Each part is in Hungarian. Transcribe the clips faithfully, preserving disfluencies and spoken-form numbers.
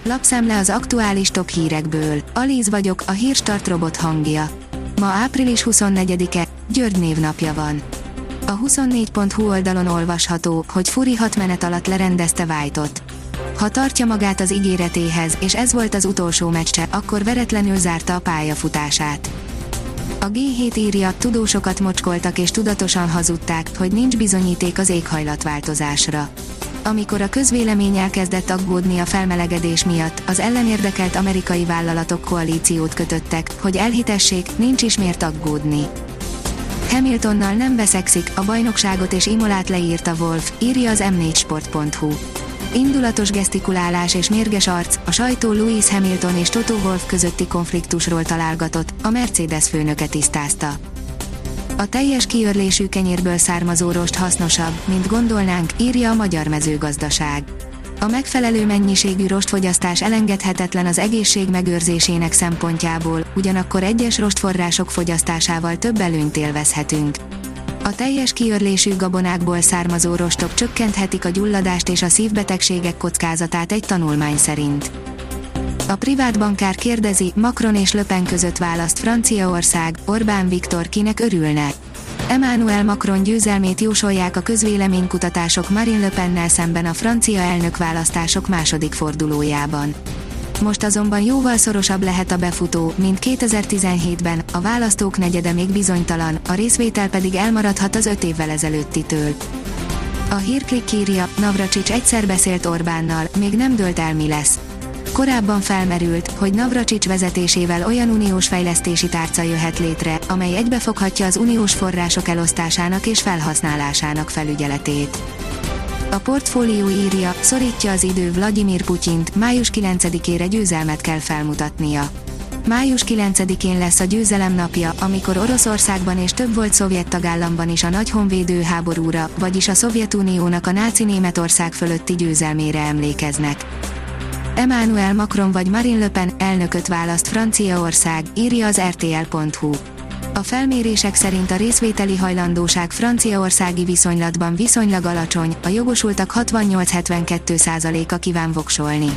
Lapszemle az aktuális top hírekből. Alíz vagyok, a Hírstart robot hangja. Ma április huszonnegyedike, György névnapja van. A huszonnégy pont hu oldalon olvasható, hogy Fury hat menet alatt lerendezte White-ot. Ha tartja magát az ígéretéhez, és ez volt az utolsó meccse, akkor veretlenül zárta a pályafutását. A gé hét írja, tudósokat mocskoltak és tudatosan hazudták, hogy nincs bizonyíték az éghajlatváltozásra. Amikor a közvélemény elkezdett aggódni a felmelegedés miatt, az ellenérdekelt amerikai vállalatok koalíciót kötöttek, hogy elhitessék, nincs is miért aggódni. Hamiltonnal nem veszekszik, a bajnokságot és Imolát leírta Wolff, írja az em négy sport pont hu. Indulatos gesztikulálás és mérges arc, a sajtó Lewis Hamilton és Toto Wolff közötti konfliktusról találgatott, a Mercedes főnöke tisztázta. A teljes kiörlésű kenyérből származó rost hasznosabb, mint gondolnánk, írja a Magyar Mezőgazdaság. A megfelelő mennyiségű rostfogyasztás elengedhetetlen az egészség megőrzésének szempontjából, ugyanakkor egyes rostforrások fogyasztásával több előnyt élvezhetünk. A teljes kiörlésű gabonákból származó rostok csökkenthetik a gyulladást és a szívbetegségek kockázatát egy tanulmány szerint. A privát bankár kérdezi, Macron és Le Pen között választ Franciaország, Orbán Viktor kinek örülne. Emmanuel Macron győzelmét jósolják a közvéleménykutatások Marine Le Pennel szemben a francia elnökválasztások második fordulójában. Most azonban jóval szorosabb lehet a befutó, mint kétezer-tizenhétben, a választók negyede még bizonytalan, a részvétel pedig elmaradhat az öt évvel ezelőttitől. A Hírklikk írja, Navracsics egyszer beszélt Orbánnal, még nem dőlt el mi lesz. Korábban felmerült, hogy Navracsics vezetésével olyan uniós fejlesztési tárca jöhet létre, amely egybefoghatja az uniós források elosztásának és felhasználásának felügyeletét. A Portfólió írja, szorítja az idő Vladimir Putyint, május kilencedikére győzelmet kell felmutatnia. május kilencedikén lesz a győzelem napja, amikor Oroszországban és több volt szovjet tagállamban is a nagy honvédő háborúra, vagyis a Szovjetuniónak a náci Németország fölötti győzelmére emlékeznek. Emmanuel Macron vagy Marine Le Pen elnököt választ Franciaország, írja az er té el pont hu. A felmérések szerint a részvételi hajlandóság franciaországi viszonylatban viszonylag alacsony, a jogosultak hatvannyolc-hetvenkettő százaléka kíván voksolni.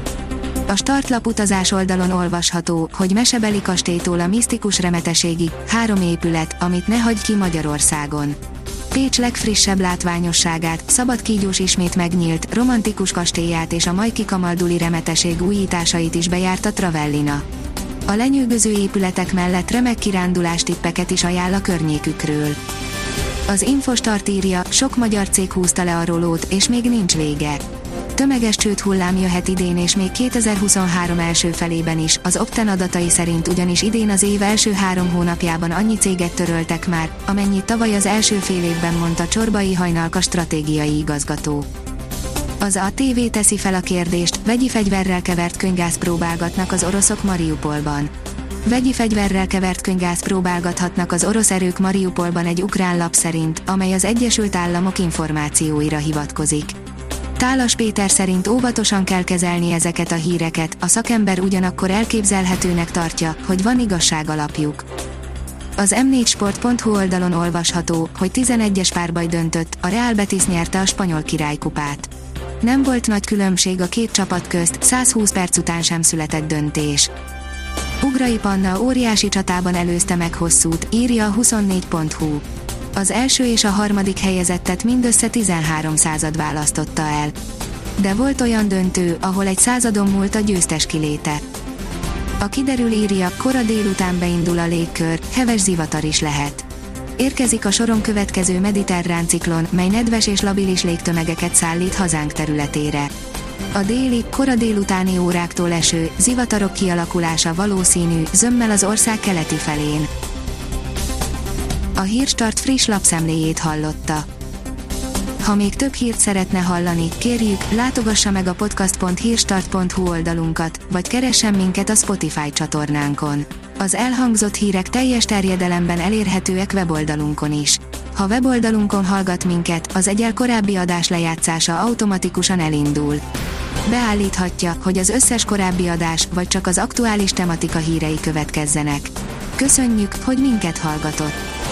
A startlap utazás oldalon olvasható, hogy mesebeli kastélytól a misztikus remeteségig, három épület, amit ne hagyj ki Magyarországon. Pécs legfrissebb látványosságát, Szabadkígyós ismét megnyílt, romantikus kastélyát és a Majki Kamalduli remeteség újításait is bejárta Travellina. A lenyűgöző épületek mellett remek kirándulástippeket is ajánl a környékükről. Az Infostart írja, sok magyar cég húzta le a rolót, és még nincs vége. Tömeges csődhullám jöhet idén és még kétezer-huszonhárom első felében is, az Opten adatai szerint ugyanis idén az év első három hónapjában annyi céget töröltek már, amennyit tavaly az első fél évben, mondta Csorbai Hajnalka stratégiai igazgató. Az á té vé teszi fel a kérdést, vegyi fegyverrel kevert könyvgázt próbálgatnak az oroszok Mariupolban. Vegyi fegyverrel kevert könyvgázt próbálgathatnak az orosz erők Mariupolban egy ukrán lap szerint, amely az Egyesült Államok információira hivatkozik. Tálas Péter szerint óvatosan kell kezelni ezeket a híreket, a szakember ugyanakkor elképzelhetőnek tartja, hogy van igazság alapjuk. Az em négy sport pont hu oldalon olvasható, hogy tizenegyes párbaj döntött, a Real Betis nyerte a spanyol királykupát. Nem volt nagy különbség a két csapat közt, százhúsz perc után sem született döntés. Ugrai Panna óriási csatában előzte meg Hosszút, írja a huszonnégy pont hu. Az első és a harmadik helyezettet mindössze tizenhárom század választotta el. De volt olyan döntő, ahol egy századon múlt a győztes kiléte. A Kiderül írja, kora délután beindul a légkör, heves zivatar is lehet. Érkezik a soron következő mediterrán ciklon, mely nedves és labilis légtömegeket szállít hazánk területére. A déli, kora délutáni óráktól eső, zivatarok kialakulása valószínű, zömmel az ország keleti felén. A Hírstart friss lapszemléjét hallotta. Ha még több hírt szeretne hallani, kérjük, látogassa meg a podcast pont hírstart pont hu oldalunkat, vagy keressen minket a Spotify csatornánkon. Az elhangzott hírek teljes terjedelemben elérhetőek weboldalunkon is. Ha weboldalunkon hallgat minket, az egyel korábbi adás lejátszása automatikusan elindul. Beállíthatja, hogy az összes korábbi adás, vagy csak az aktuális tematika hírei következzenek. Köszönjük, hogy minket hallgatott!